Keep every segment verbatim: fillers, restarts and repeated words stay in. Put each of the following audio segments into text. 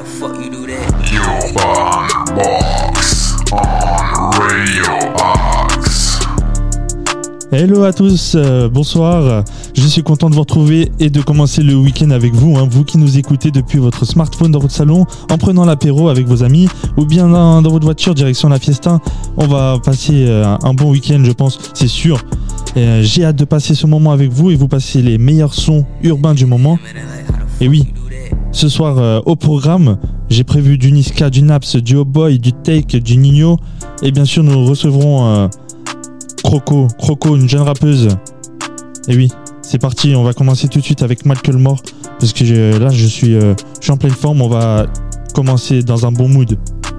fuck you do that? Urban Box on Radio Box. Hello à tous, euh, bonsoir. Je suis content de vous retrouver et de commencer le week-end avec vous, hein, vous qui nous écoutez depuis votre smartphone dans votre salon, en prenant l'apéro avec vos amis ou bien dans, dans votre voiture direction la fiesta. On va passer euh, un bon week-end, je pense, c'est sûr. Et, euh, j'ai hâte de passer ce moment avec vous et vous passer les meilleurs sons urbains du moment. Et oui, ce soir euh, au programme, j'ai prévu du Niska, du Naps, du Oh-Boy, du Take, du Nino. Et bien sûr, nous recevrons euh, Croco, Croco, une jeune rappeuse. Et oui, c'est parti, on va commencer tout de suite avec Macklemore. Parce que je, là, je suis, euh, je suis en pleine forme, on va commencer dans un bon mood.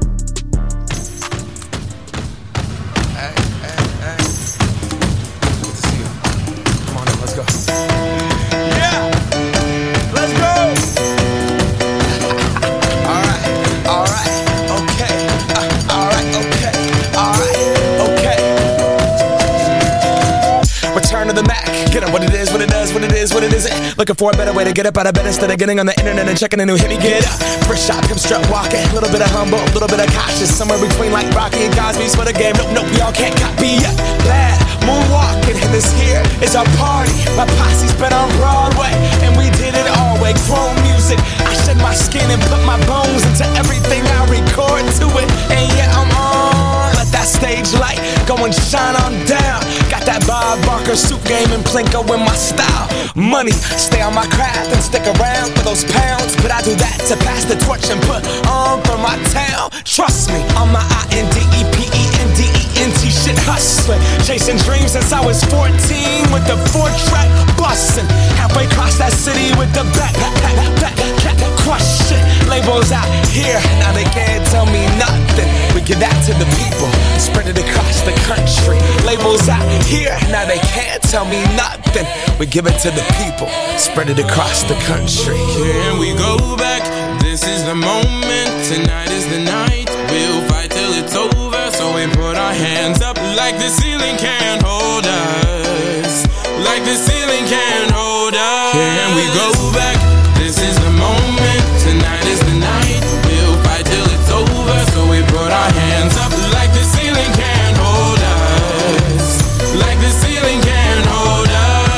Looking for a better way to get up out of bed instead of getting on the internet and checking a new hit. Me get up, first shot, come strut walking. A little bit of humble, a little bit of cautious. Somewhere between like Rocky and Cosby's for the game. Nope, nope, y'all can't copy yet. Bad moonwalking, and this here is our party. My posse's been on Broadway, and we did it all way. Grown music, I shed my skin and put my bones into everything I record to it. And yeah, I'm on. Let that stage light go and shine on down. Got that Bob Barker suit game and Plinko in my style. Money, stay on my craft and stick around for those pounds. But I do that to pass the torch and put on for my town. Trust me, on my I N D E P E N D E N T shit hustling. Chasing dreams since I was fourteen with the four track bustin'. Halfway across that city with the back, back, back, back, crush shit. Labels out here, now they can't tell me nothing. We give that to the people, spread it across the country. Labels out here, now they can't tell me nothing. We give it to the people, spread it across the country. Can we go back? This is the moment, tonight is the night. We'll fight till it's over, so we put our hands up like the ceiling can't hold us. Like the ceiling can't hold us. Can we go back? This is the moment, tonight is the night. We'll fight till it's over, so we put our hands up like the ceiling can't hold us. Like the ceiling can't hold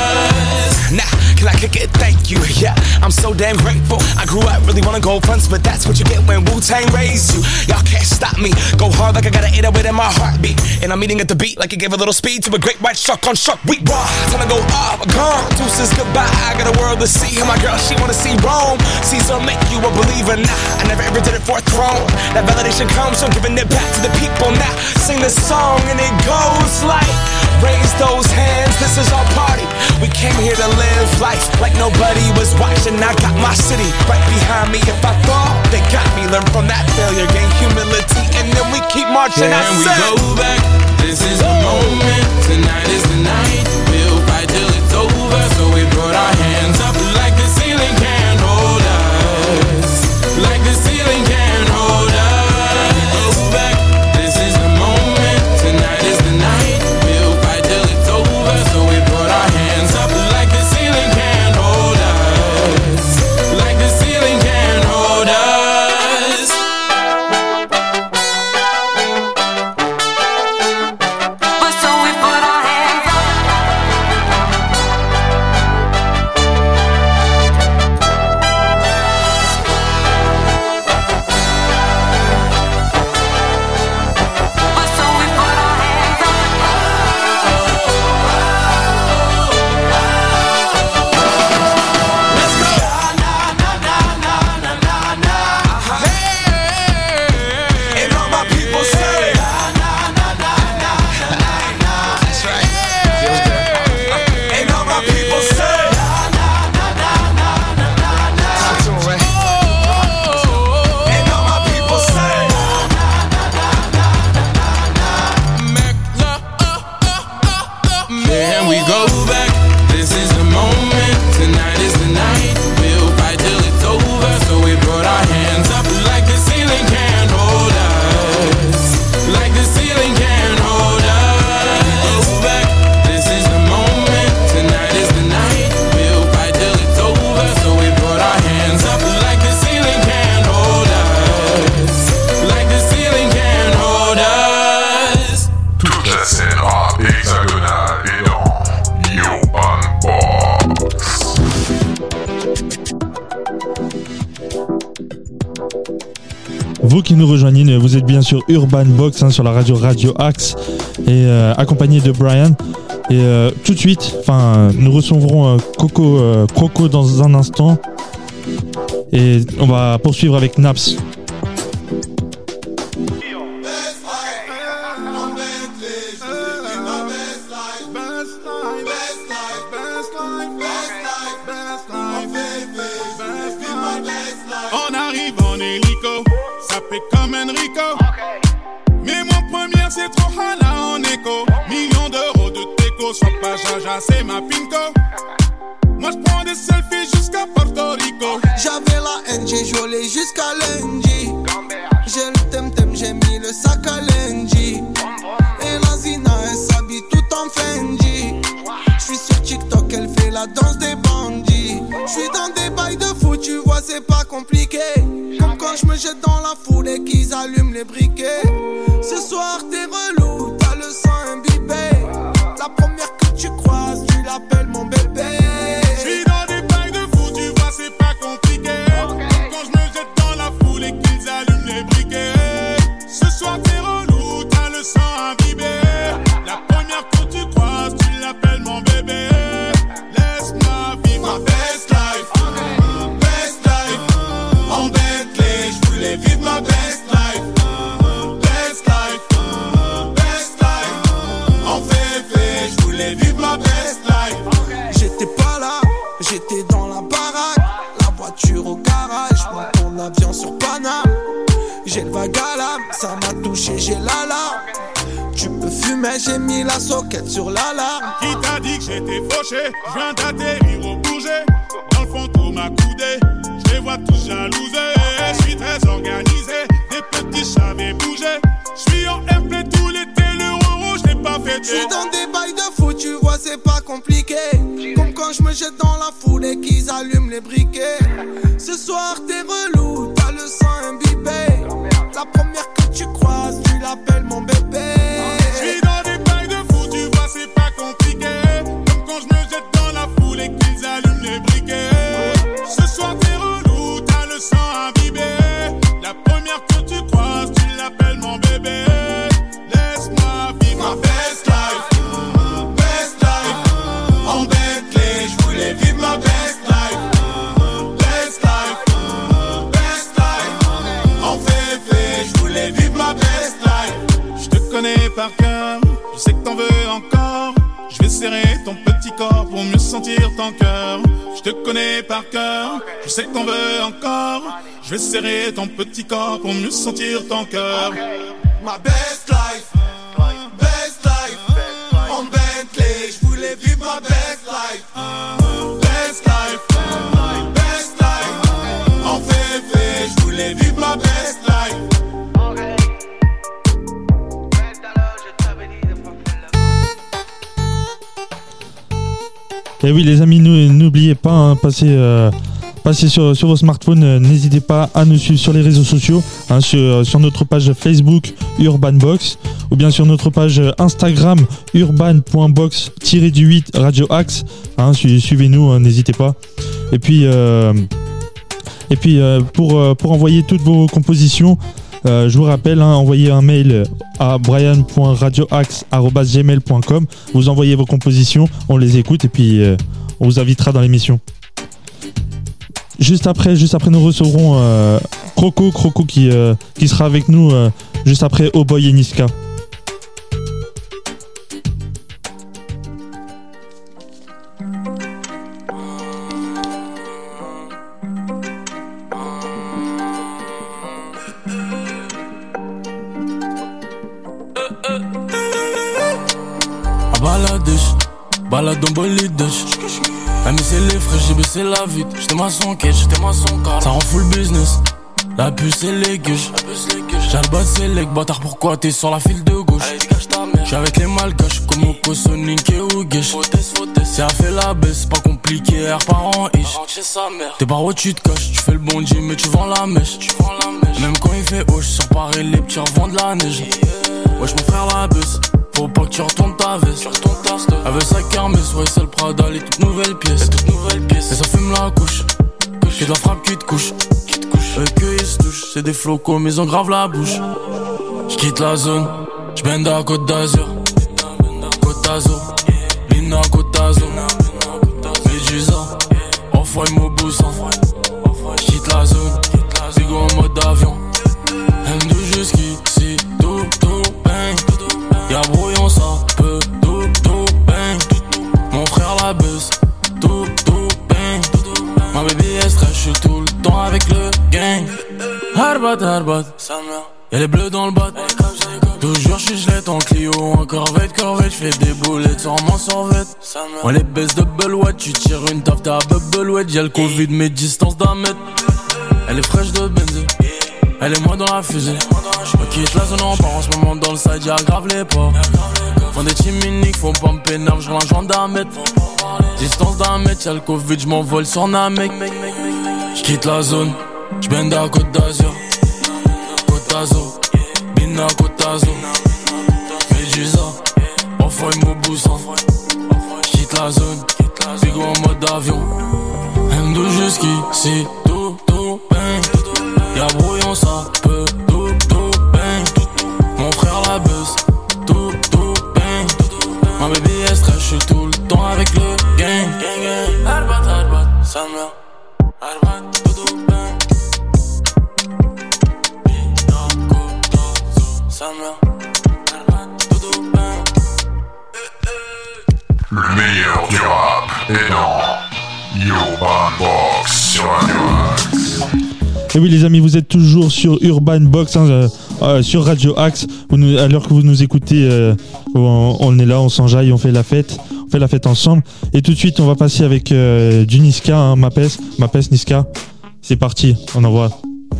us. Nah, can I kick it? Thank you, yeah, I'm so damn grateful. I grew up really wanna go fronts, but that's what you get when Wu-Tang raised you. Y'all can't stop me, go hard like I got an eight oh eight in my heartbeat. And I'm eating at the beat like it gave a little speed to a great white shark on shark week. Raw, time to go off, gone, deuces goodbye. I got a world to see, and my girl, she wanna see Rome. Caesar make you a believer, nah, I never ever did it for a throne. That validation comes from giving it back to the people. Now, sing this song and it goes like, raise those hands, this is our party. We came here to live life like nobody was watching. I got my city right behind me. If I fall, they got me. Learn from that failure, gain humility, and then we keep marching. Can we go back? This is the moment, tonight is the night. We'll fight till it's over, so we put our hands up like the ceiling can't hold us. Like the ceiling can't hold us. Go back, this is the moment, tonight is the night. We'll fight till it's over, so we put our hands up like the ceiling can't hold us. Like the ceiling can't hold us. Vous qui nous rejoignez, vous êtes bien sûr Urban Box hein, sur la radio Radio Axe et euh, accompagné de Brian. Et euh, tout de suite, enfin, nous recevrons euh, Coco, euh, Croco dans un instant et on va poursuivre avec Naps. On arrive en hélico, ça fait comme Enrico. Mais mon premier c'est trop hala en écho. Millions d'euros de déco, sois pas jaja, c'est ma pinko. Moi j'prends des selfies jusqu'à Porto Rico. J'avais la haine, j'ai joué jusqu'à lundi. J'ai le tem-tem, j'ai mis le sac à lundi. Et la Zina, elle s'habille tout en Fendi. J'suis sur TikTok, elle fait la danse des bandits. J'suis dans des bails de fou, tu vois c'est pas compliqué. Comme quand j'me jette dans la foule et qu'ils allument les briquets. Ce soir t'es relou, t'as le sang imbibé. La première que tu croises, tu l'appelles mon bébé. J'suis dans des bails de fou, tu vois c'est pas compliqué. Comme quand j'me jette dans la foule et qu'ils allument les briquets. Ce soir t'es relou, t'as le sang imbibé. La première que tu croises, tu l'appelles mon bébé. Laisse-moi vivre ma best life. Best life. En Bentley, j'voulais vivre ma best life. Best life. Best life. En féfé, j'voulais vivre ma best life. J'étais pas là, j'étais dans la baraque. La voiture au garage, moi ton avion sur Paname. J'ai le vague à l'âme, ça m'a touché, j'ai l'alarme. Tu peux fumer, j'ai mis la soquette sur l'alarme. Qui t'a dit que j'étais fauché? J'viens d'atterrir au Bourget. Dans le fond tout m'a coudé, j'les vois tous jalousés. J'suis très organisé, des petits j'savais bouger. J'suis en airplay tout l'été, l'euro j'l'ai pas fêté. J'suis dans des bails de fou, tu vois c'est pas compliqué. Comme quand j'me jette dans la foule et qu'ils allument les briquets. Ce soir t'es relou, t'as le sang imbibé. La première que tu croises, tu l'appelles mon bébé. J'suis dans des bails de fou, tu vois c'est pas compliqué. Comme quand j'me jette dans la foule et qu'ils allument les briquets. Ce soir t'es relou, t'as le sang imbibé. La première que tu croises, tu l'appelles mon bébé. Laisse-moi vivre ma best life. Best life. En Bentley, j'voulais vivre ma best life. Best life. Best life. En féfé, j'voulais vivre ma best life. J'te connais par cœur, je sais que t'en veux encore. Je vais serrer ton petit corps pour mieux sentir ton cœur. Je te connais par cœur, je sais que t'en veux encore. Je vais serrer ton petit corps pour mieux sentir ton cœur. Ma best life, best life. En Bentley, j'voulais vivre ma best life. Best life, best life. En féfé, j'voulais vivre ma best life. Et oui les amis, nous, n'oubliez pas, hein, passez, euh, passez sur, sur vos smartphones, euh, n'hésitez pas à nous suivre sur les réseaux sociaux, hein, sur, sur notre page Facebook Urban Box, ou bien sur notre page Instagram urban point box tiret du huit Radio Axe, hein, su, suivez-nous, hein, n'hésitez pas. Et puis, euh, et puis euh, pour, euh, pour envoyer toutes vos compositions, Euh, je vous rappelle, hein, envoyez un mail à brian point radio axe arobase gmail point com. Vous envoyez vos compositions, on les écoute et puis euh, on vous invitera dans l'émission. Juste après, juste après nous recevrons euh, Croco, Croco qui, euh, qui sera avec nous euh, juste après Oh Boy et Niska. Balade en bolide, la mise c'est les frais, j'ai baissé la vitre. J'étais maçon quête, j'étais maçon car ça rend full business. La puce c'est les gueuches, j'ai le bas c'est les bâtard. Pourquoi t'es sur la file de gauche? J'suis avec les malgaches comme Oko, Sonic et Ougesh. Si elle fait la baisse, pas compliqué, air parent ish. T'es par où tu te caches, tu fais le bon Dieu mais tu vends la mèche. Même quand il fait haut, j'sors parer les petits revendent de la neige. Wesh mon frère la baisse, faut pas que tu retournes ta veste. Avec sa kermesse, ouais c'est le Prada, les toutes nouvelles pièces. Et ça fume la couche, que de la frappe qui te couche. couche. Eux que ils se touchent, c'est des flocos, mais ils ont grave la bouche. J'quitte la zone, j'bende à Côte d'Azur. Côte d'Azur, Lina Côte d'Azur. Médusa, Off-White Mobousan. J'quitte la zone, Zigo en mode avion. M deux jusqu'ici, tout, tout, bang. Y'a brouillon, ça peut, tout, tout, bang. Mon frère la buzz, tout, tout, bang. Ma baby est stress, j'suis tout le temps avec le gang. Harbat, harbat, y'a les bleus dans le bat. Toujours j'suis gelette en Clio, en corvette, corvette. J'fais des boulettes sur mon survêt. On les baisse de Belouette, tu tires une taf, t'as Belouette. Y'a le Covid, mes distances d'un mètre. Elle est fraîche de benzine, elle est moi dans la fusée. Je quitte la zone en part en ce moment dans le side, y'a grave les pas. Font des chiminiques, faut pas me pénal, j'rends la joint d'un mètre. Distance d'un mètre, y'a le Covid, j'm'envole sur Namek. J'quitte la zone, j'bende à Côte d'Azur. Côte d'Azur, Bina Côte d'Azur. Médusa, Off-White Mobousan. J'quitte la zone, Bigo en mode avion. M deux jusqu'ici, tout, tout, bang. Y'a brouillon, ça peut, tout, tout, bang. Mon frère la buzz, tout, tout, bang. Ma baby est stress, j'suis tout le temps avec le gang. Gang, gang. Arbat, arbat, sa mère. Arbat, tout, tout, bang. Bina, Côte, sa mère. Arbat, tout, tout, bang. Le meilleur du rap est dans Urban Box sur Radio Axe. Et oui les amis, vous êtes toujours sur Urban Box, hein, euh, euh, sur Radio Axe. Vous nous, à l'heure que vous nous écoutez, euh, on, on est là, on s'enjaille, on fait la fête. On fait la fête ensemble. Et tout de suite, on va passer avec euh, du Niska, hein, Mapes. Mapes, Niska. C'est parti, on envoie.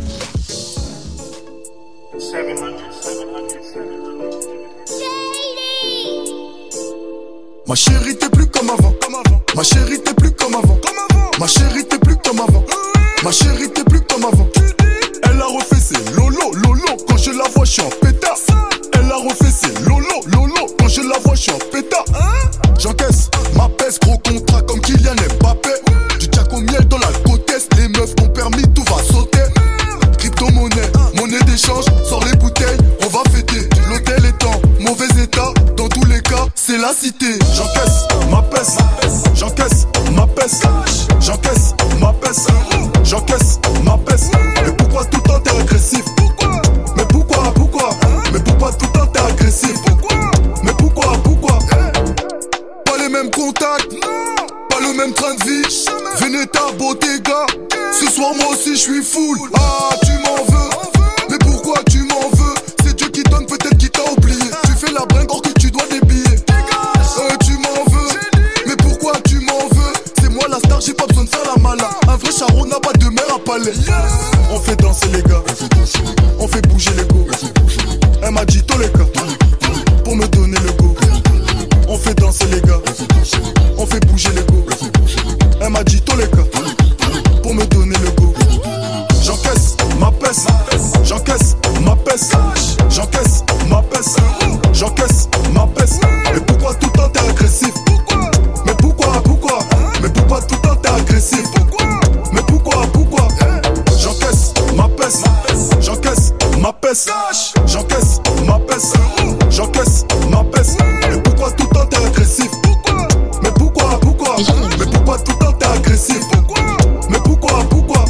Ma chérie t'es plus comme avant, ma chérie t'es plus comme avant, ma chérie t'es plus comme avant, ma chérie t'es plus comme avant. Elle a refait ses lolo, lolo, quand je la vois je suis en pétard. Elle a refait ses lolo, lolo, quand je la vois je suis en pétard. J'encaisse, ma peste, gros contrat comme Kylian Mbappé. Du jack au miel dans la côtesse, les meufs ont permis, tout va sauter. Crypto-monnaie, monnaie d'échange, sors les bouteilles, on va fêter. L'hôtel est en mauvais état, dans tous les cas, c'est la cité. J'encaisse, ma peste, j'encaisse, ma peste, j'encaisse, ma peste, j'encaisse, ma peste. Mais pourquoi tout le temps t'es agressif? Mais pourquoi, pourquoi? Mais pourquoi tout le temps t'es agressif? Mais pourquoi, pourquoi? Pas les mêmes contacts, pas le même train de vie. Veneta, Bottega, ce soir moi aussi je suis full. Ah, tu m'en veux, mais pourquoi tu m'en veux? C'est Dieu qui donne, peut-être qui t'a oublié. Tu fais la bringue or que tu dois des billets. Euh, tu m'en veux, mais pourquoi tu m'en veux? C'est moi la star, j'ai pas besoin de faire la mala. Un vrai charron n'a pas de mère à palais. On fait danser les gars, on fait bouger les go. Elle m'a dit tous les cas, pour me donner le go. On fait danser les gars, on fait bouger les go. Elle m'a dit tous les cas, pour me donner le go. J'encaisse ma peste, j'encaisse ma peste, j'encaisse ma peste, j'encaisse ma peste. Mais pourquoi tout le temps t'es agressif? Mais pourquoi, pourquoi? Mais pourquoi tout le temps t'es agressif? Mais pourquoi, pourquoi? J'encaisse ma peste, j'encaisse ma peste, j'encaisse ma peste, j'encaisse ma peste. Mais pourquoi tout le temps t'es agressif? Mais pourquoi, pourquoi? Mais pourquoi tout le temps t'es agressif? Mais pourquoi, pourquoi?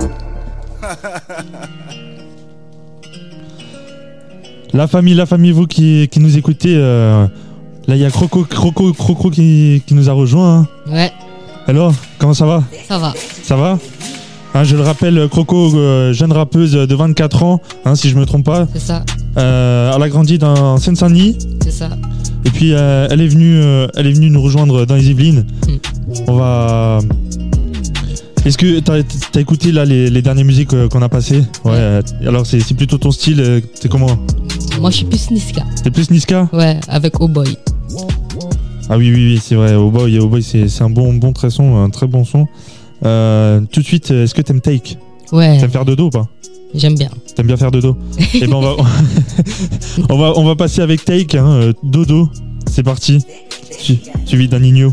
La famille, la famille, vous qui, qui nous écoutez, euh, là il y a Croco, Croco, Croco qui, qui nous a rejoint. Hein. Ouais. Alors, comment ça va? Ça va. Ça va? Hein, je le rappelle, Croco, euh, jeune rappeuse de vingt-quatre ans, hein, si je me trompe pas. C'est ça. Euh, elle a grandi dans Seine-Saint-Denis. C'est ça. Et puis euh, elle est venue, euh, elle est venue nous rejoindre dans les Yvelines. Mm. On va. Est-ce que t'as, t'as écouté là les, les dernières musiques euh, qu'on a passées? Ouais. Euh, alors c'est, c'est plutôt ton style. Euh, c'est comment? Moi je suis plus Niska. T'es plus Niska? Ouais, avec Oh Boy. Ah oui oui oui, c'est vrai. Oh Boy, Oh Boy, c'est, c'est un bon bon très son, un très bon son. Euh, tout de suite, est-ce que t'aimes Take? Ouais. T'aimes faire dodo ou pas? J'aime bien. T'aimes bien faire dodo? Et ben on va, on va, on va passer avec Take, hein, euh, dodo. C'est parti. Su- suivi d'un Nino.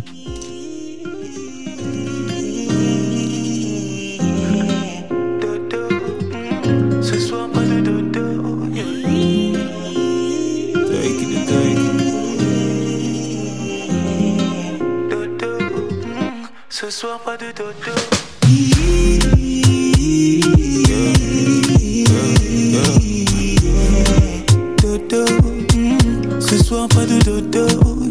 Ce soir pas de dodo. Dodo. Ce soir pas de dodo.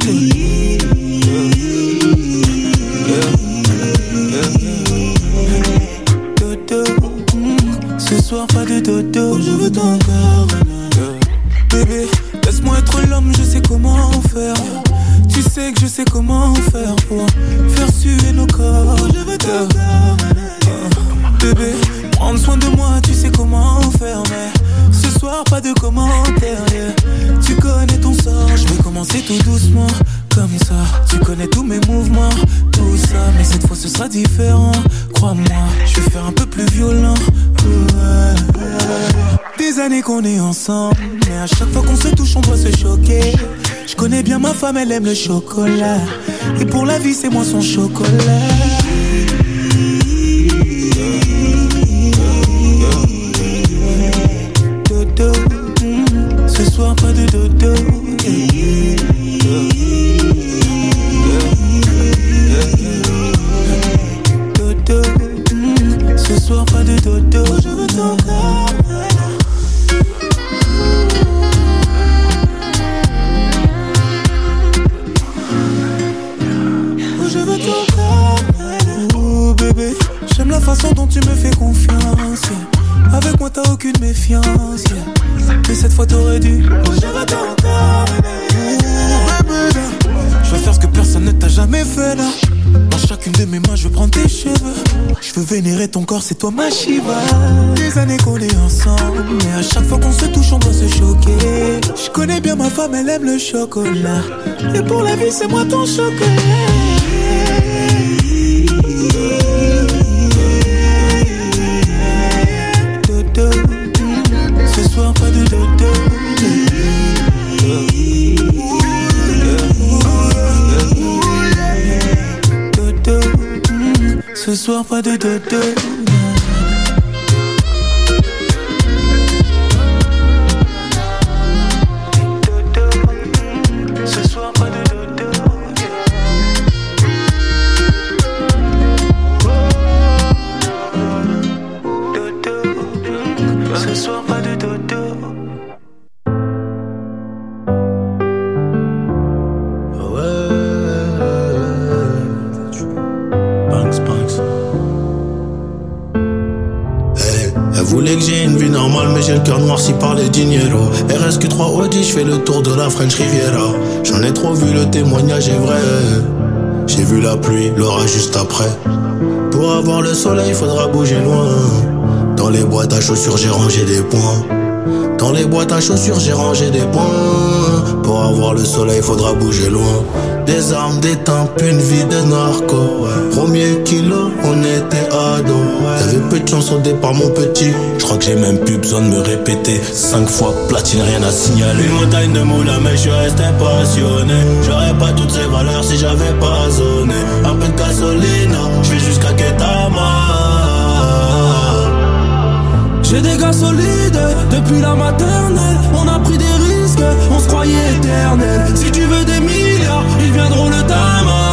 Dodo. Ce soir pas de dodo. Je veux ton corps. Bébé, laisse-moi être l'homme, je sais comment faire. Tu sais que je sais comment faire pour faire suer nos corps. Je veux ton corps. Bébé, prendre soin de moi, tu sais comment faire. Mais ce soir, pas de commentaires. Yeah. Tu connais ton sort, je vais commencer tout doucement. Comme ça, tu connais tous mes mouvements. Tout ça, mais cette fois ce sera différent. Crois-moi, je vais faire un peu plus violent. Ouais. Des années qu'on est ensemble, mais à chaque fois qu'on se touche, on doit se choquer. Je connais bien ma femme, elle aime le chocolat. Et pour la vie, c'est moi son chocolat. Dodo, ce soir pas de dodo. Dodo, ce soir pas de dodo. Je veux ton corps. Je veux ton corps. Oh bébé, j'aime la façon dont tu me fais confiance. Avec moi t'as aucune méfiance. Mais cette fois t'aurais dû. Oh je veux ton corps. Oh bébé, je veux faire ce que personne ne t'a jamais fait là. Dans chacune de mes mains je veux prendre tes cheveux. Je veux vénérer ton corps, c'est toi ma Shiva. Des années qu'on est ensemble, mais à chaque fois qu'on se touche on doit se choquer. Je connais bien ma femme, elle aime le chocolat. Et pour la vie c'est moi ton chocolat. Dodo, ce soir pas de dodo. Dodo, ce soir pas de dodo. voulait que j'ai une vie normale, mais j'ai le cœur noirci par les dinero. R S Q trois Audi, j'fais le tour de la French Riviera. J'en ai trop vu, le témoignage est vrai. J'ai vu la pluie, l'orage juste après. Pour avoir le soleil, faudra bouger loin. Dans les boîtes à chaussures, j'ai rangé des points. Dans les boîtes à chaussures, j'ai rangé des points. Pour avoir le soleil, faudra bouger loin. Des armes, des tempes, une vie de narco. Premier kilo, on était ados. T'avais peu de chance au départ, mon petit. Je crois que j'ai même plus besoin de me répéter. Cinq fois platine, rien à signaler. Une montagne de moula, mais je suis resté passionné. J'aurais pas toutes ces valeurs si j'avais pas zoné. Un peu de gasolina, je vais jusqu'à Ketama. J'ai des gars solides, depuis la maternelle. On a pris des risques, on se croyait éternel. Si tu veux des milliards, ils viendront le tama.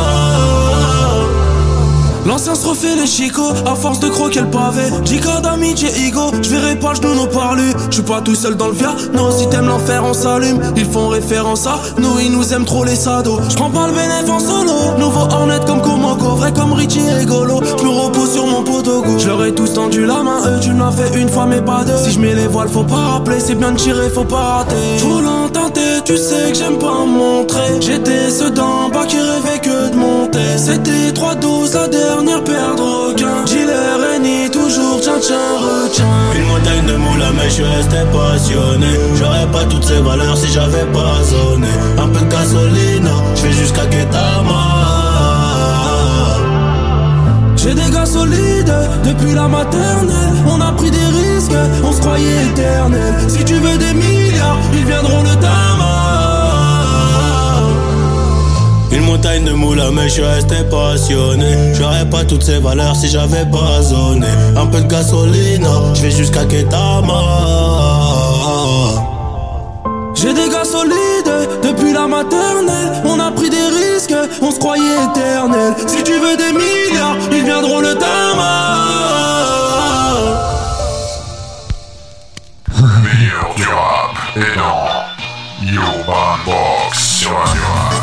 L'ancien se refait les chicots, à force de croquer le pavé. J-Code, Amici et Igo, j'verrai pas le genou nos parlus. J'suis pas tout seul dans le via, nos si t'aimes l'enfer on s'allume. Ils font référence à nous, ils nous aiment trop les sados. J'prends pas le bénéf en solo, nouveau Hornet comme Komoko. Vrai comme Richie et Golo, j'me repose sur mon potogo. J'leur ai tous tendu la main, eux tu me l'as fait une fois mais pas deux. Si j'mets les voiles faut pas rappeler, c'est bien de tirer, faut pas rater. Trop tenté, tu sais que j'aime pas montrer. J'étais ceux d'en bas qui rêvaient que de monter. C'était trois doses la dernière paire de requins. Gilet Réni, toujours tiens tiens retiens. Une montagne de moula mais je suis resté passionné. J'aurais pas toutes ces valeurs si j'avais pas zoné. Un peu de gasolina, je vais jusqu'à Ketama. J'ai des gars solides, depuis la maternelle. On a pris des risques, on se croyait éternel. Si tu veux des milliards, ils viendront le tama. Une montagne de moula mais je suis resté passionné. J'aurais pas toutes ces valeurs si j'avais pas zoné. Un peu de gasolina, je vais jusqu'à Ketama. J'ai des gars solides, depuis la maternelle. On a pris des risques, on se croyait éternel. Si tu veux des milliards, sur Radio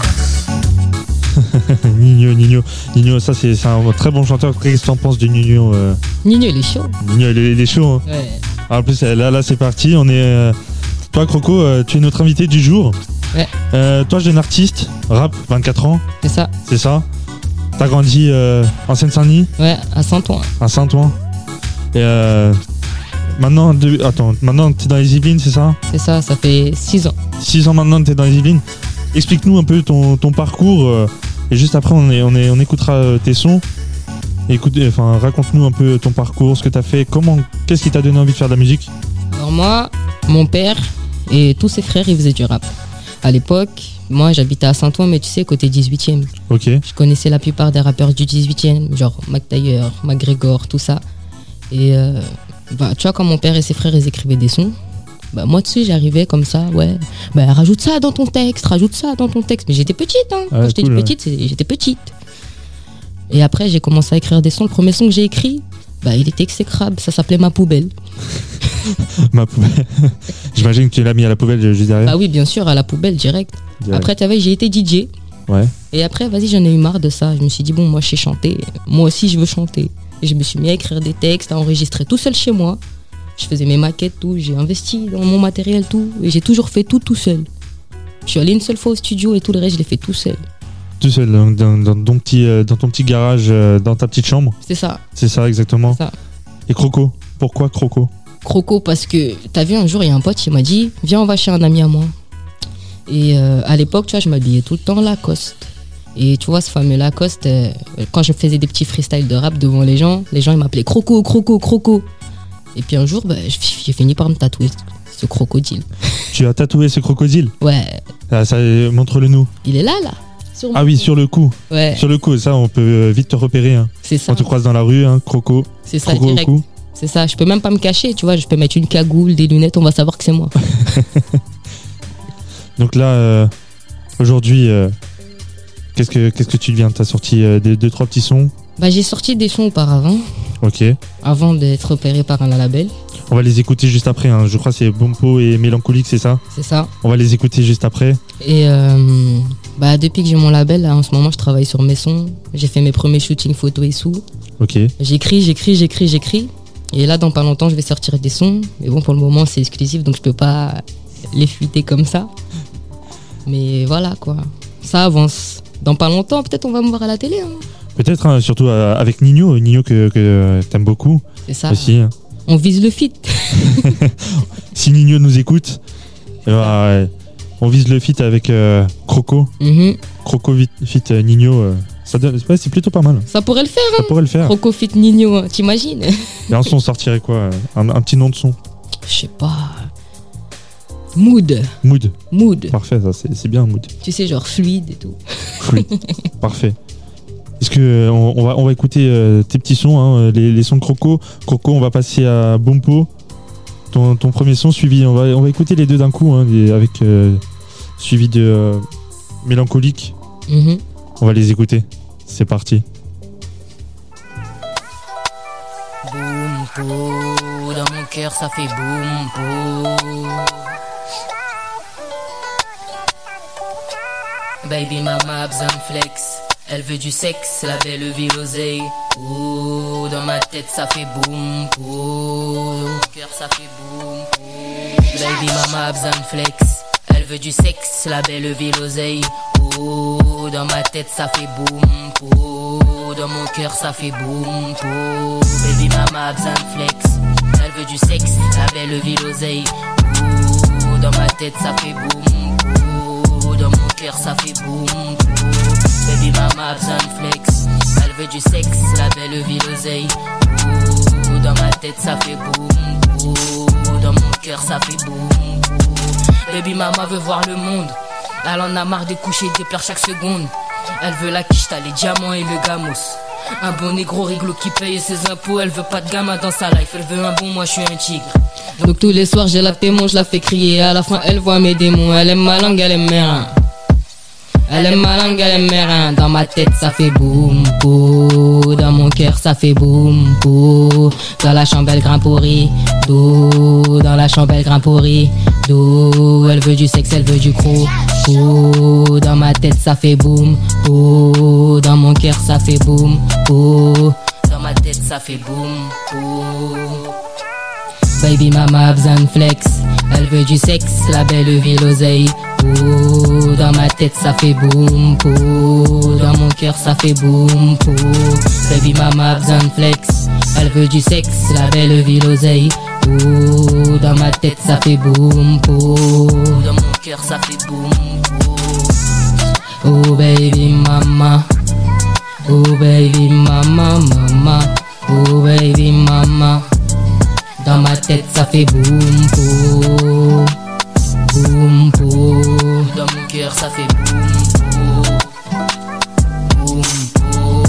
Nino, Nino, Nino, ça c'est, c'est un très bon chanteur. Qu'est-ce que t'en penses de Nino euh... Nino, il est chaud. Nino, il est, il est chaud. Hein. Ouais. En plus, là, là, c'est parti. On est. Euh... Toi, Croco, euh, tu es notre invité du jour. Ouais. Euh, toi, jeune artiste, rap, vingt-quatre ans. C'est ça. C'est ça. T'as grandi euh, en Seine-Saint-Denis. Ouais, à Saint-Ouen. À Saint-Ouen. Et euh, maintenant, de... attends, maintenant t'es dans les Yvelines, c'est ça? C'est ça. Ça fait six ans. Six ans maintenant que t'es dans les Yvelines. Explique-nous un peu ton, ton parcours. Euh, et juste après, on, est, on, est, on écoutera euh, tes sons. Écoute, enfin, raconte-nous un peu ton parcours, ce que t'as fait. Comment, qu'est-ce qui t'a donné envie de faire de la musique? Alors moi, mon père et tous ses frères, ils faisaient du rap. À l'époque, moi, j'habitais à Saint-Ouen, mais tu sais, côté dix-huitième. Ok. Je connaissais la plupart des rappeurs du dix-huitième, genre Mac Taylor, MacGregor, tout ça. Et euh, bah, tu vois, quand mon père et ses frères, ils écrivaient des sons, bah, moi, tu sais, j'arrivais comme ça, ouais. Bah, rajoute ça dans ton texte, rajoute ça dans ton texte. Mais j'étais petite, hein. Ah, quand je t'ai cool, dit petite, c'est, j'étais petite. Et après, j'ai commencé à écrire des sons. Le premier son que j'ai écrit, bah, il était exécrable. Ça s'appelait Ma Poubelle. Ma poubelle. J'imagine que tu l'as mis à la poubelle juste derrière. Bah oui, bien sûr, à la poubelle, direct. Direct. Après, tu vois, j'ai été D J. Ouais. Et après, vas-y, j'en ai eu marre de ça. Je me suis dit, bon, moi, je sais chanter. Moi aussi, je veux chanter. Et je me suis mis à écrire des textes, à enregistrer tout seul chez moi. Je faisais mes maquettes, tout. J'ai investi dans mon matériel, tout. Et j'ai toujours fait tout, tout seul. Je suis allé une seule fois au studio et tout le reste, je l'ai fait tout seul. Tout seul, dans, dans, dans, ton, petit, euh, dans ton petit garage, euh, dans ta petite chambre. C'est ça. C'est ça, exactement. C'est ça. Et Croco, pourquoi Croco? Croco, parce que, t'as vu, un jour, il y a un pote qui m'a dit, viens, on va chez un ami à moi. Et euh, à l'époque, tu vois, je m'habillais tout le temps Lacoste. Et tu vois, ce fameux Lacoste, euh, quand je faisais des petits freestyles de rap devant les gens, les gens, ils m'appelaient Croco, Croco, Croco. Et puis un jour, bah, j'ai fini par me tatouer ce crocodile. Tu as tatoué ce crocodile? Ouais. Ah, ça, montre-le nous. Il est là, là. Sur Ah oui, cou. sur le coup. Ouais. Sur le coup, ça, on peut vite te repérer. Hein. C'est ça. Quand tu croises dans la rue, hein, Croco. C'est ça, Croco au direct. cou. C'est ça. Je peux même pas me cacher, tu vois. Je peux mettre une cagoule, des lunettes, on va savoir que c'est moi. Donc là, euh, aujourd'hui, euh, qu'est-ce que qu'est-ce que tu deviens? T'as sorti euh, des deux trois petits sons. Bah, j'ai sorti des sons auparavant. Ok. Avant d'être repéré par un label. On va les écouter juste après. Hein. Je crois que c'est Bompo et Mélancolique, c'est ça? C'est ça. On va les écouter juste après. Et euh, bah, depuis que j'ai mon label, là, en ce moment, je travaille sur mes sons. J'ai fait mes premiers shootings photos et sous. Ok. J'écris, j'écris, j'écris, j'écris. Et là, dans pas longtemps, je vais sortir des sons. Mais bon, pour le moment, c'est exclusif, donc je peux pas les fuiter comme ça. Mais voilà, quoi. Ça avance. Dans pas longtemps, peut-être on va me voir à la télé. Hein. Peut-être, hein, surtout euh, avec Nino. Nino que, que t'aimes beaucoup. C'est ça. Aussi. Hein. On vise le feat. Si Nino nous écoute, eh ben, ouais, on vise le feat avec euh, Croco. Mm-hmm. Croco feat euh, Nino. Euh, ça donne, ouais, c'est plutôt pas mal. Ça pourrait le faire. Ça hein. pourrait le faire. Croco feat Nino, hein, t'imagines? Et un son sortirait quoi? un, un petit nom de son. Je sais pas. Mood. Mood. Mood. Parfait, ça, c'est, c'est bien Mood. Tu sais, genre fluide et tout. Fluide. Parfait. Est-ce que euh, on, on va on va écouter euh, tes petits sons, hein, les, les sons de Croco. Croco, on va passer à Bompo. Ton, ton premier son suivi. On va on va écouter les deux d'un coup, hein, les- avec euh, suivi de euh, Mélancolique. Mm-hmm. On va les écouter. C'est parti. Boum po, dans mon cœur ça fait boum po. Baby mama a besoin de flex, elle veut du sexe, la belle vie l'oseille. Ouh, dans ma tête ça fait boum po, dans mon cœur ça fait boum po. Baby mama a besoin de flex, elle veut du sexe, la belle vie l'oseille. Ouh, dans ma tête ça fait boum po, dans mon cœur ça fait boum po. Baby mama a besoin de flex, elle veut du sexe, la belle vie l'oseille. Ouh, dans ma tête ça fait boum po, dans mon cœur ça fait boum po. Baby mama a besoin de flex, elle veut du sexe, la belle vie l'oseille. Ouh, dans ma tête ça fait boum po, dans mon cœur ça fait boum po. Baby mama veut voir le monde, elle en a marre de coucher des pleurs chaque seconde. Elle veut la quiche, t'as les diamants et le gamos. Un bon négro réglo qui paye ses impôts. Elle veut pas de gamin dans sa life, elle veut un bon, moi je suis un tigre. Donc tous les soirs j'ai la témoin, je la fais crier. À la fin elle voit mes démons. Elle aime ma langue, elle aime mes reins. Elle aime ma langue, elle aime mes reins. Dans ma tête ça fait boum po, dans mon cœur ça fait boum po. Dans la chambre elle grimpe au rideau, dans la chambre elle grimpe au rideau. Elle veut du sexe, elle veut du croc. ma tête ça fait boum, oh. Dans mon cœur ça fait boum, oh. Dans ma tête ça fait boum, oh. Baby mama a besoin de flex, elle veut du sexe, la belle vie l'oseille, oh. Dans ma tête ça fait boum, oh. Dans mon cœur ça fait boum, oh. Baby mama a besoin de flex, elle veut du sexe, la belle vie l'oseille, oh. Dans ma tête ça fait boum, oh. Dans mon cœur ça fait boum, oh. Oh baby mama, oh baby mama, mama, oh baby mama. Dans ma tête ça fait boum po, boum po. Dans mon cœur ça fait boum po, boum po.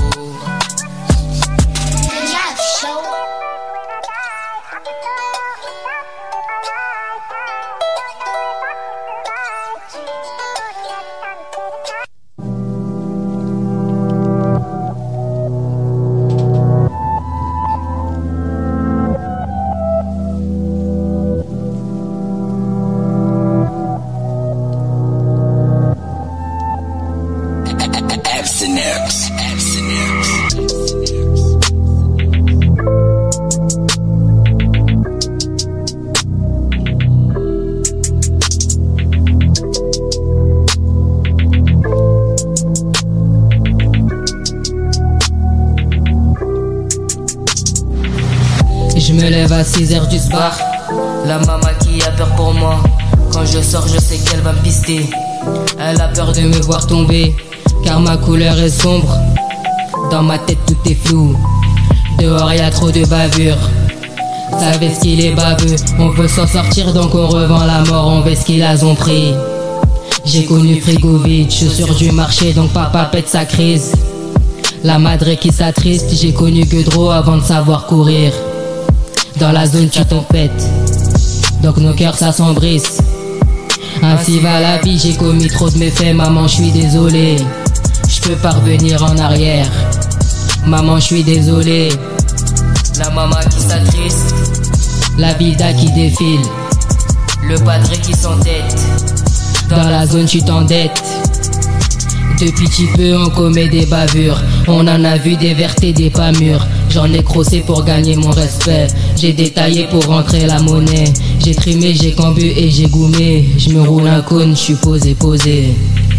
Je me lève à six heures du soir, la maman qui a peur pour moi. Quand je sors je sais qu'elle va me pister. Elle a peur de me voir tomber, car ma couleur est sombre. Dans ma tête tout est flou, dehors y a trop de bavures. Savez ce qu'il est baveux, on veut s'en sortir donc on revend la mort, on veut ce qu'ils ont pris. J'ai connu frigo vide, je suis sur du marché donc papa pète sa crise. La madre qui s'attriste, j'ai connu Guedro avant de savoir courir. Dans la zone tu t'en pètes, donc nos cœurs s'assombrissent. Ainsi va la vie, j'ai commis trop de méfaits, maman je suis désolé. Je peux pas revenir en arrière, maman je suis désolé. La maman qui s'attriste, la vida qui défile, le padré qui s'entête. Dans la zone tu t'endettes. Depuis petit peu on commet des bavures, on en a vu des vertes et des pas mûres. J'en ai crossé pour gagner mon respect, j'ai détaillé pour rentrer la monnaie. J'ai trimé, j'ai cambu et j'ai goumé. Je me roule un cône, je suis posé posé.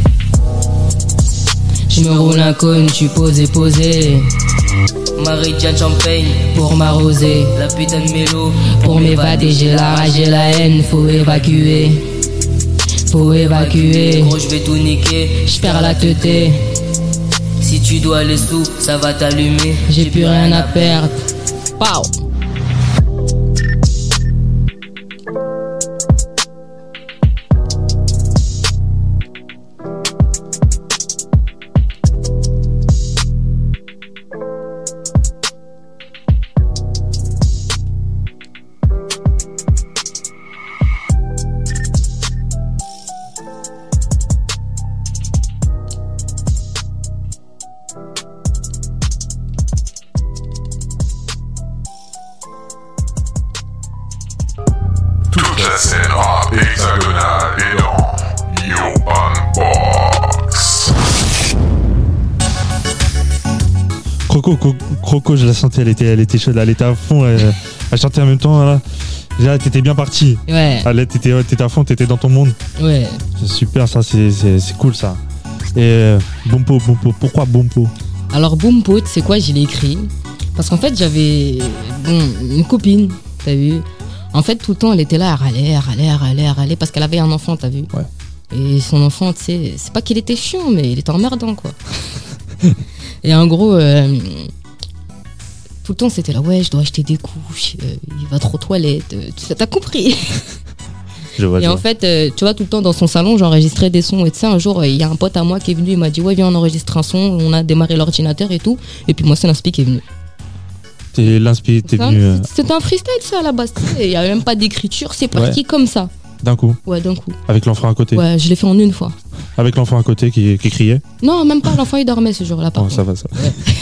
Je me roule un cône, je suis posé posé. Marie-Jeanne Champagne pour m'arroser. La putain de mélo pour m'évader. J'ai la rage et la haine, faut évacuer. Faut évacuer. Gros je vais tout niquer, je perds la teuté. Si tu dois les sous, ça va t'allumer. J'ai plus rien à perdre. Pow. Croco, Croco, je la sentais, elle était, elle était chaude, elle était à fond, elle, elle chantait en même temps. Là, là t'étais bien parti. Ouais. Là, t'étais, t'étais à fond, t'étais dans ton monde. Ouais. C'est super, ça, c'est, c'est, c'est cool ça. Et euh, Bompo, Bompo, pourquoi Bompo? Alors Bompo, tu sais quoi, je l'ai écrit parce qu'en fait j'avais bon, une copine, t'as vu. En fait tout le temps elle était là, à râler, à râler, à râler, à râler parce qu'elle avait un enfant, t'as vu. Ouais. Et son enfant, tu sais, c'est pas qu'il était chiant, mais il était emmerdant quoi. Et en gros, euh, tout le temps c'était là, ouais, je dois acheter des couches, euh, il va trop aux toilettes, euh, tu sais, t'as compris. Je vois, et je en vois. fait, euh, tu vois, tout le temps dans son salon, j'enregistrais des sons. Et tu sais, un jour, il y a un pote à moi qui est venu, il m'a dit, ouais, viens, on enregistre un son. On a démarré l'ordinateur et tout. Et puis moi, c'est l'inspi qui est venu. T'es l'inspi, t'es C'est un- venu euh, C'était un freestyle, ça, à la base. Il n'y a même pas d'écriture, c'est parti Ouais. comme ça. d'un coup, Ouais, d'un coup. avec l'enfant à côté. Ouais, je l'ai fait en une fois. Avec l'enfant à côté qui, qui criait. Non, même pas, l'enfant, il dormait ce jour-là. par Oh, contre. ça va, ça.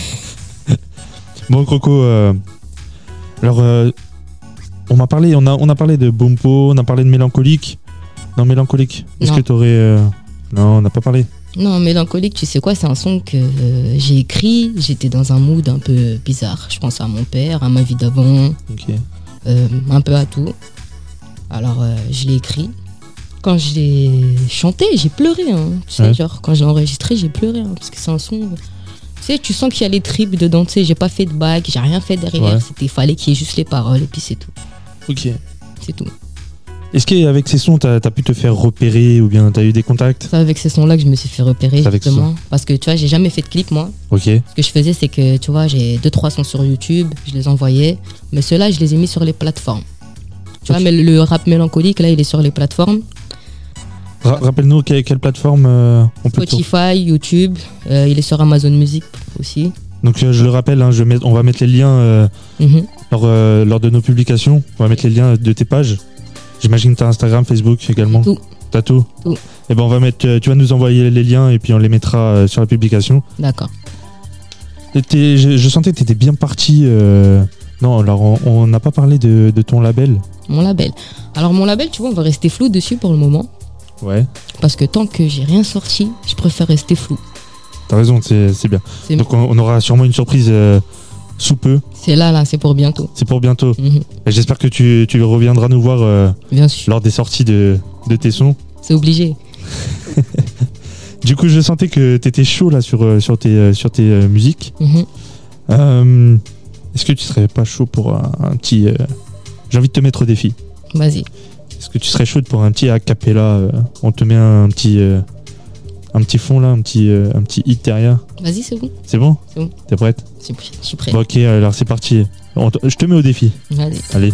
Bon, Croco, euh, alors, euh, on m'a parlé, on a, on a parlé de Bompo, on a parlé de Mélancolique. Non, Mélancolique. Est-ce Non. que t'aurais, euh, Non, on n'a pas parlé. Non, Mélancolique, tu sais quoi, c'est un son que euh, j'ai écrit. J'étais dans un mood un peu bizarre. Je pense à mon père, à ma vie d'avant, Ok. euh, un peu à tout. Alors, euh, je l'ai écrit. Quand je l'ai chanté, j'ai pleuré. Hein. Tu sais, Ouais. genre, quand je l'ai enregistré, j'ai pleuré. Hein, parce que c'est un son. euh, Tu sais, tu sens qu'il y a les tripes dedans. Tu sais, j'ai pas fait de bague, j'ai rien fait derrière. Ouais. C'était, fallait qu'il y ait juste les paroles et puis c'est tout. Ok. C'est tout. Est-ce qu'avec ces sons, t'as as pu te faire repérer ou bien t'as eu des contacts? C'est avec ces sons-là que je me suis fait repérer, C'est avec ce justement. Parce que, tu vois, j'ai jamais fait de clip, moi. Ok. Ce que je faisais, c'est que, tu vois, j'ai deux trois sons sur YouTube, je les envoyais. Mais ceux-là, je les ai mis sur les plateformes. Tu vois, Ok. mais le, le rap mélancolique, là, il est sur les plateformes. Ra- Rappelle-nous quelle, quelle plateforme euh, on peut trouver. Spotify, YouTube, euh, il est sur Amazon Music aussi. Donc euh, je le rappelle, hein, je mets- on va mettre les liens euh, Mhm. lors, euh, lors de nos publications. On va mettre les liens de tes pages. J'imagine que t'as Instagram, Facebook également. Tout. T'as tout. Tout. Et ben on va mettre. euh, Tu vas nous envoyer les liens et puis on les mettra euh, sur la publication. D'accord. Et t'es- je, je sentais que t'étais bien parti. euh, Non, alors on- on n'a pas parlé de, de ton label. Mon label. Alors, mon label, tu vois, on va rester flou dessus pour le moment. Ouais. Parce que tant que j'ai rien sorti, je préfère rester flou. T'as raison, c'est c'est bien. C'est- Donc on, on aura sûrement une surprise euh, sous peu. C'est là, là, c'est pour bientôt. C'est pour bientôt. Mhm. Et j'espère que tu, tu reviendras nous voir euh, Bien sûr, lors des sorties de, de tes sons. c'est obligé. Du coup, je sentais que t'étais chaud là sur, euh, sur tes, euh, sur tes euh, musiques. Mhm. Euh, Est-ce que tu serais pas chaud pour un, un petit. euh, J'ai envie de te mettre au défi. Vas-y. Est-ce que tu serais chaude pour un petit a cappella euh, On te met un petit. euh, un petit fond là, un petit, euh, un petit hit derrière. Vas-y, c'est bon. C'est bon C'est bon. T'es prête? Je suis prêt. Je suis prêt. Bon, ok, alors c'est parti. On te- je te mets au défi. Allez. Allez.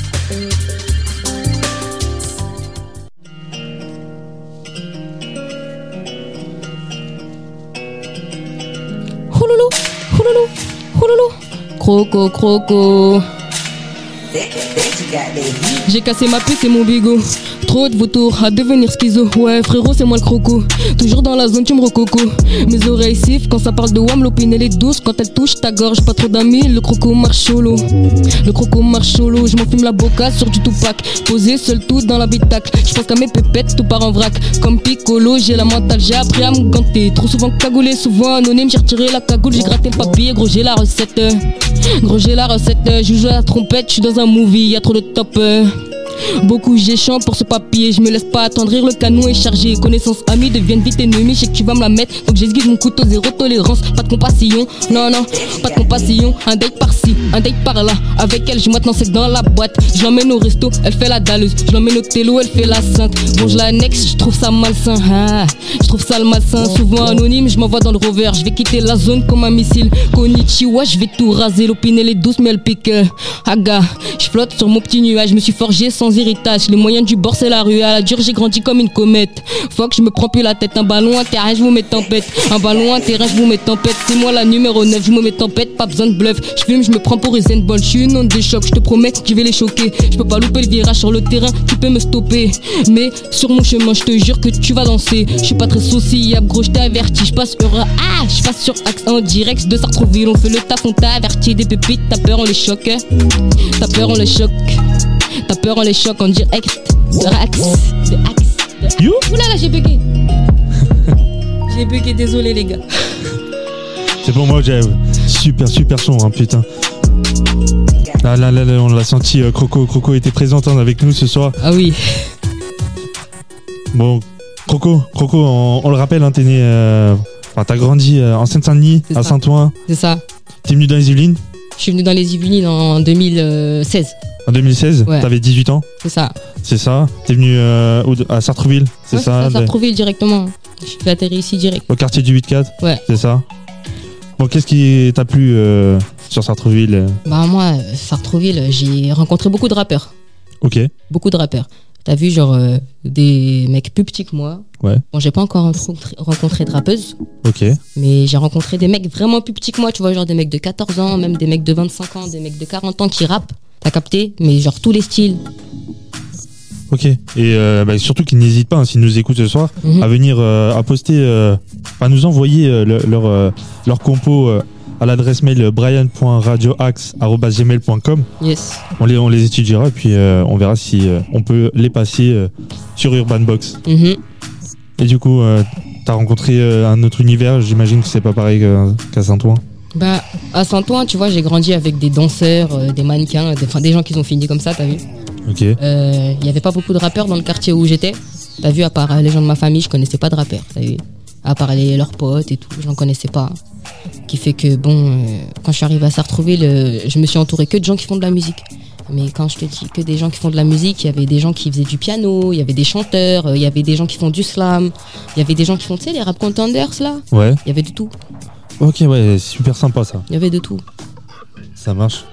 Houloulou, houloulou, houloulou. Croco, croco. J'ai cassé ma puce et mon bigot. Trop de vautours à devenir schizo. Ouais, frérot, c'est moi le croco. Toujours dans la zone, tu me recoco. Mes oreilles sifflent quand ça parle de Wam. L'opinel est douce quand elle touche ta gorge. Pas trop d'amis, le croco marche solo. Le croco marche solo. Je m'enfume la boca sur du Tupac. Posé seul tout dans l'habitacle. Je pense qu'à mes pépettes, tout part en vrac. Comme Piccolo, j'ai la mentale, j'ai appris à me ganter. Trop souvent cagoulé, souvent anonyme. J'ai retiré la cagoule, j'ai gratté le papier. Gros, j'ai la recette. Gros, j'ai la recette. Je joue à la trompette, je suis dans un movie. Y'a trop de top. Beaucoup j'échange pour ce papier, je me laisse pas attendrir, le canon est chargé. Connaissances amis deviennent vite ennemis, je sais que tu vas me la mettre, donc j'esquive mon couteau, zéro tolérance, pas de compassion, non non, pas de compassion. Un date par-ci, un date par-là, avec elle je maintenant c'est dans la boîte. Je l'emmène au resto, elle fait la dalleuse, je l'emmène au télo, elle fait la sainte. Bon je l'annexe, je trouve ça malsain, ah, je trouve ça le malsain. Souvent anonyme, je m'envoie dans le rover, je vais quitter la zone comme un missile. Konnichiwa, je vais tout raser, l'opinel est douce mais elle pique. Aga, je flotte sur mon petit nuage, je me suis forgé sans héritage. Les moyens du bord c'est la rue, à la dure j'ai grandi comme une comète. Faut que je me prends plus la tête, un ballon, un terrain, je vous mets tempête. Un ballon, un terrain, je vous mets tempête. C'est moi la numéro neuf, je vous mets tempête, pas besoin de bluff. Je fume, je me prends pour Usain Bolt, je suis une onde de choc, je te promets, je vais les choquer. Je peux pas louper le virage sur le terrain, tu peux me stopper. Mais sur mon chemin, je te jure que tu vas danser. Je suis pas très sociable, gros, je t'avertis, je passe heureux. Ah, je passe sur axe en direct de Sartreville. On fait le taf, on t'a averti, des pépites, t'as peur, on les choque. T'as peur, on les choque. T'as peur, on les choque en direct. De axe, de axe. You Oulala, j'ai bugué. J'ai bugué, désolé les gars. C'est pour moi, j'ai super super son, hein, putain. Là, là, là, là, on l'a senti, euh, Croco, Croco était présente hein, avec nous ce soir. Ah oui. Bon, Croco, Croco, on, on le rappelle, hein, t'es né, euh, enfin, t'as grandi euh, en Seine-Saint-Denis, C'est à ça. Saint-Ouen. C'est ça. T'es venu dans les Yvelines Je suis venu dans les Yvelines en deux mille seize. en deux mille seize. Ouais. T'avais dix-huit ans. C'est ça. C'est ça. T'es venu euh, où, à Sartreville. C'est Ouais, ça. ça, le- Sartreville directement. Je suis atterri ici direct. Au quartier du huit quatre. Ouais. C'est ça. Bon, qu'est-ce qui t'a plu euh, sur Sartreville euh Bah moi, euh, Sartreville, j'ai rencontré beaucoup de rappeurs. Ok. Beaucoup de rappeurs. T'as vu genre euh, des mecs plus petits que moi. Ouais. Bon, j'ai pas encore rencontré, rencontré de rappeuses, Ok. mais j'ai rencontré des mecs vraiment plus petits que moi, tu vois, genre des mecs de quatorze ans, même des mecs de vingt-cinq ans, des mecs de quarante ans qui rappent. T'as capté? Mais genre tous les styles. Ok. Et euh, bah, surtout qu'ils n'hésitent pas, hein, s'ils nous écoutent ce soir, Mhm. à venir euh, à poster, euh, à nous envoyer euh, le- leur, euh, leur compo euh, à l'adresse mail brian point radioaxe arobase gmail point com. Yes. On les, on les étudiera et puis euh, on verra si euh, on peut les passer euh, sur Urban Box. Mhm. Et du coup, euh, t'as rencontré euh, un autre univers, j'imagine que c'est pas pareil qu'à, qu'à Saint-Ouen. Bah, à Saint-Ouen, tu vois, j'ai grandi avec des danseurs, euh, des mannequins, des, enfin, des gens qui ont fini comme ça, t'as vu. Ok. Il euh, y avait pas beaucoup de rappeurs dans le quartier où j'étais. T'as vu, à part euh, les gens de ma famille, je connaissais pas de rappeurs, t'as vu. À part les, leurs potes et tout, j'en connaissais pas. Qui fait que, bon, euh, quand je suis arrivée à Sartrouville, je me suis entourée que de gens qui font de la musique. Mais quand je te dis que des gens qui font de la musique, il y avait des gens qui faisaient du piano, il y avait des chanteurs, il y avait des gens qui font du slam, il y avait des gens qui font, tu sais, les rap contenders là. Ouais. Il y avait de tout. Ok, ouais, super sympa ça. Il y avait de tout. Ça marche.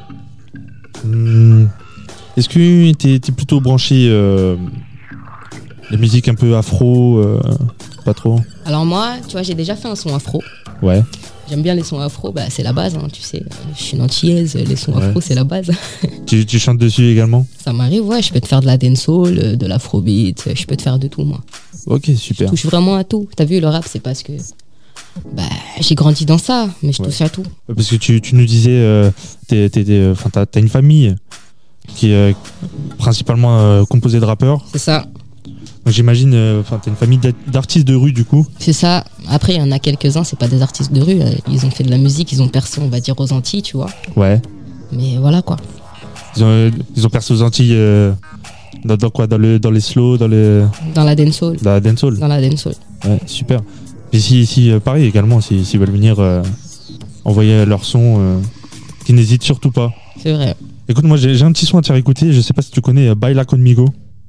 Hum, est-ce que t'es, t'es plutôt branché euh, la musique un peu afro, euh, pas trop? Alors moi, tu vois, j'ai déjà fait un son afro. Ouais. J'aime bien les sons afro, bah c'est la base, hein, tu sais. Je suis une antillaise, les sons Ouais. afro c'est la base. Tu, tu chantes dessus également? Ça m'arrive, ouais, je peux te faire de la dancehall, de l'afrobeat, je peux te faire de tout moi. Ok, super. Je touche vraiment à tout. T'as vu, le rap c'est parce que bah, j'ai grandi dans ça, mais je Ouais. touche à tout. Parce que tu, tu nous disais, euh, t'es, t'es, t'es, enfin, t'as, t'as une famille qui est euh, principalement euh, composée de rappeurs. C'est ça. Donc j'imagine, enfin, euh, t'as une famille d'artistes de rue du coup. C'est ça. Après, il y en a quelques-uns, c'est pas des artistes de rue. Ils ont fait de la musique, ils ont percé, on va dire, aux Antilles, tu vois. Ouais. Mais voilà quoi. Ils ont, ils ont percé aux Antilles euh, dans, dans quoi, dans, le, dans les slows, dans les. Dans la dancehall. Dans la dancehall. Dans la dancehall. Ouais, super. Et si, si euh, pareil également, s'ils si, si veulent venir euh, envoyer leur son, euh, qu'ils n'hésitent surtout pas. C'est vrai. Écoute, moi j'ai, j'ai un petit son à te faire écouter. Je sais pas si tu connais euh, Baila Conmigo.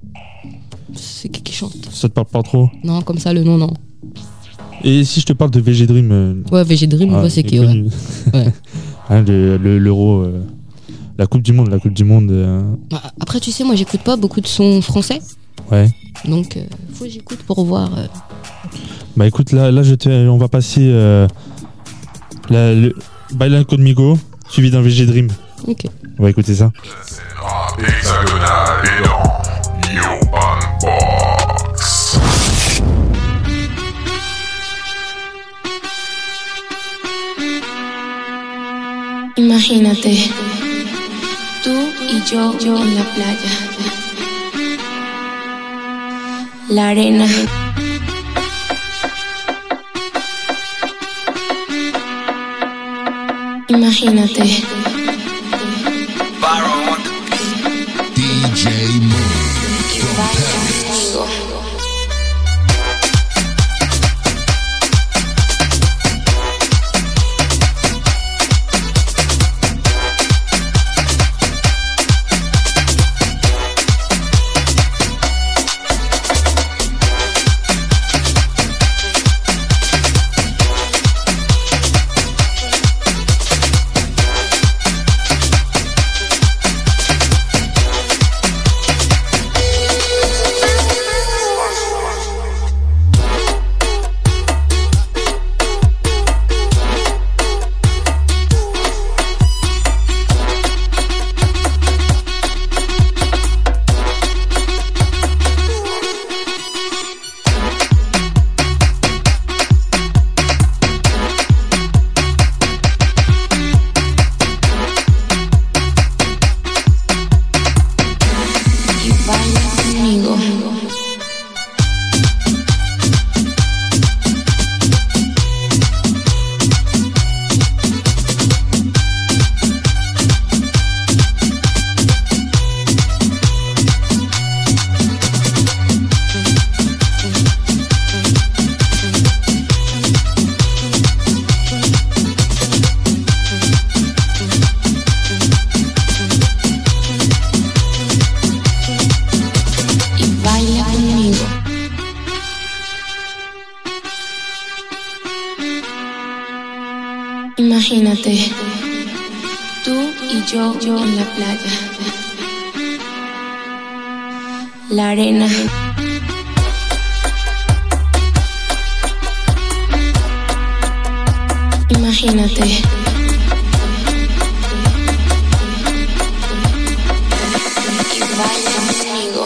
C'est qui qui chante? Ça te parle pas trop? Non, comme ça, le nom, non. Et si je te parle de V G Dream euh, Ouais, V G Dream, ah, ouais, c'est il est qui, ouais. connu. Ouais. Hein, le, le, l'Euro, euh, la Coupe du Monde, la Coupe du Monde. euh, Bah, après, tu sais, moi, j'écoute pas beaucoup de sons français. Ouais. Donc, euh, faut que j'écoute pour voir. euh. Bah écoute, là, là je te, on va passer euh, la, le Baila Conmigo, suivi d'un V G Dream. Ok. On va écouter ça. Rap hexagonal et dans Urban Box. Imagínate, tú y yo, yo en la playa, la arena. Imagínate. D J Moon from Paris. Imagínate, tú y yo, yo en la playa, la arena. Imagínate. Y baila conmigo.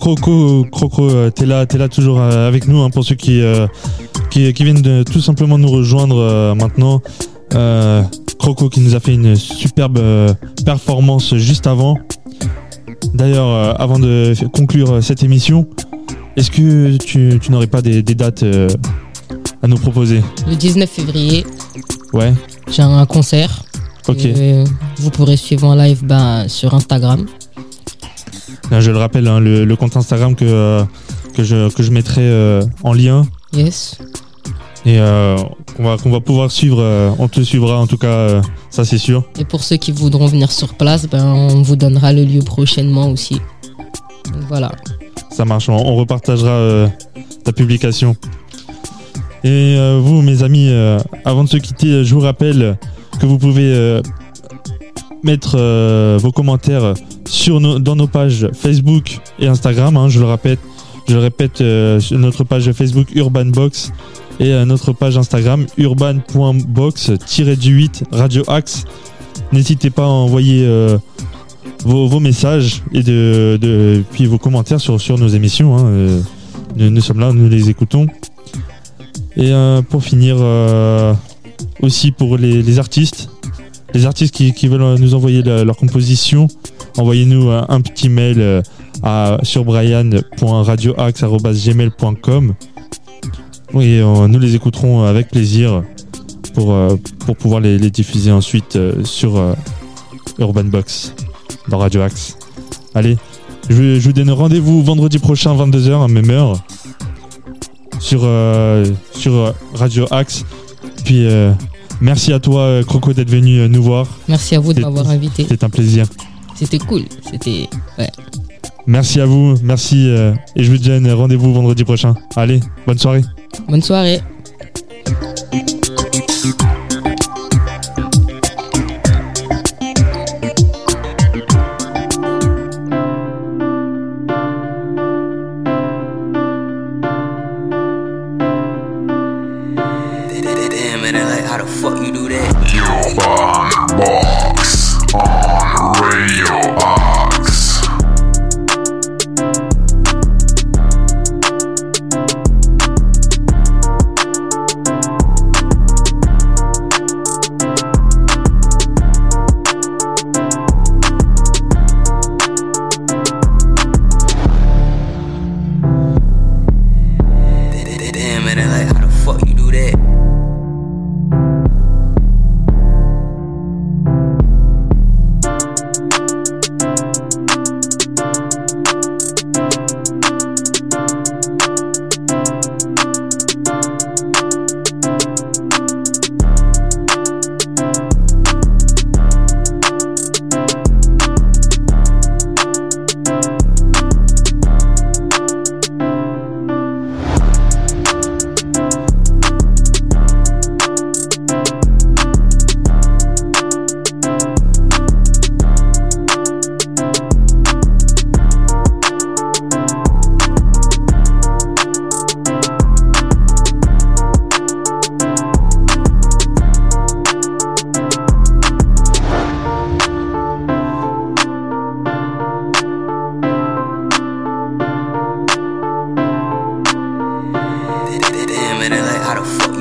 Croco, Croco, euh, t'es là, t'es là toujours euh, avec nous, hein, pour ceux qui, euh, qui, qui viennent de tout simplement nous rejoindre euh, maintenant. Euh, Croco qui nous a fait une superbe euh, performance juste avant. D'ailleurs, euh, avant de conclure cette émission, est-ce que tu, tu n'aurais pas des, des dates euh, à nous proposer? Le dix-neuf février. Ouais. J'ai un concert. Ok. Euh, vous pourrez suivre en live bah, sur Instagram. Là, je le rappelle, hein, le, le compte Instagram que, euh, que, je, que je mettrai euh, en lien. Yes. Et euh, qu'on va, qu'on va pouvoir suivre. Euh, on te suivra en tout cas, euh, ça c'est sûr. Et pour ceux qui voudront venir sur place, ben, on vous donnera le lieu prochainement aussi. Donc voilà. Ça marche, on, on repartagera euh, ta publication. Et euh, vous, mes amis, euh, avant de se quitter, je vous rappelle que vous pouvez euh, mettre euh, vos commentaires sur nos, dans nos pages Facebook et Instagram. Hein, je le répète, je le répète euh, sur notre page Facebook Urban Box et euh, notre page Instagram urban point box tiret huit Radio Axe. N'hésitez pas à envoyer euh, vos, vos messages et de, de puis vos commentaires sur, sur nos émissions. Hein, euh, nous, nous sommes là, nous les écoutons. Et euh, pour finir, euh, aussi pour les, les artistes, les artistes qui, qui veulent nous envoyer la, leur composition, envoyez-nous un, un petit mail euh, à, sur brian point radio axe arobase gmail point com et euh, nous les écouterons avec plaisir pour, euh, pour pouvoir les, les diffuser ensuite euh, sur euh, Urban Box dans Radio Axe. Allez, je, je vous donne rendez-vous vendredi prochain vingt-deux heures à même heure sur, euh, sur Radio Axe. Puis euh, merci à toi Croco d'être venu nous voir. Merci à vous de m'avoir invité. C'était un plaisir. C'était cool. C'était ouais. Merci à vous, merci euh, et je vous donne rendez-vous vendredi prochain. Allez, bonne soirée. Bonne soirée. Urban Box on Radio Axe. Damn, man, like, how the fuck you do that? Damn, man, like, how the fuck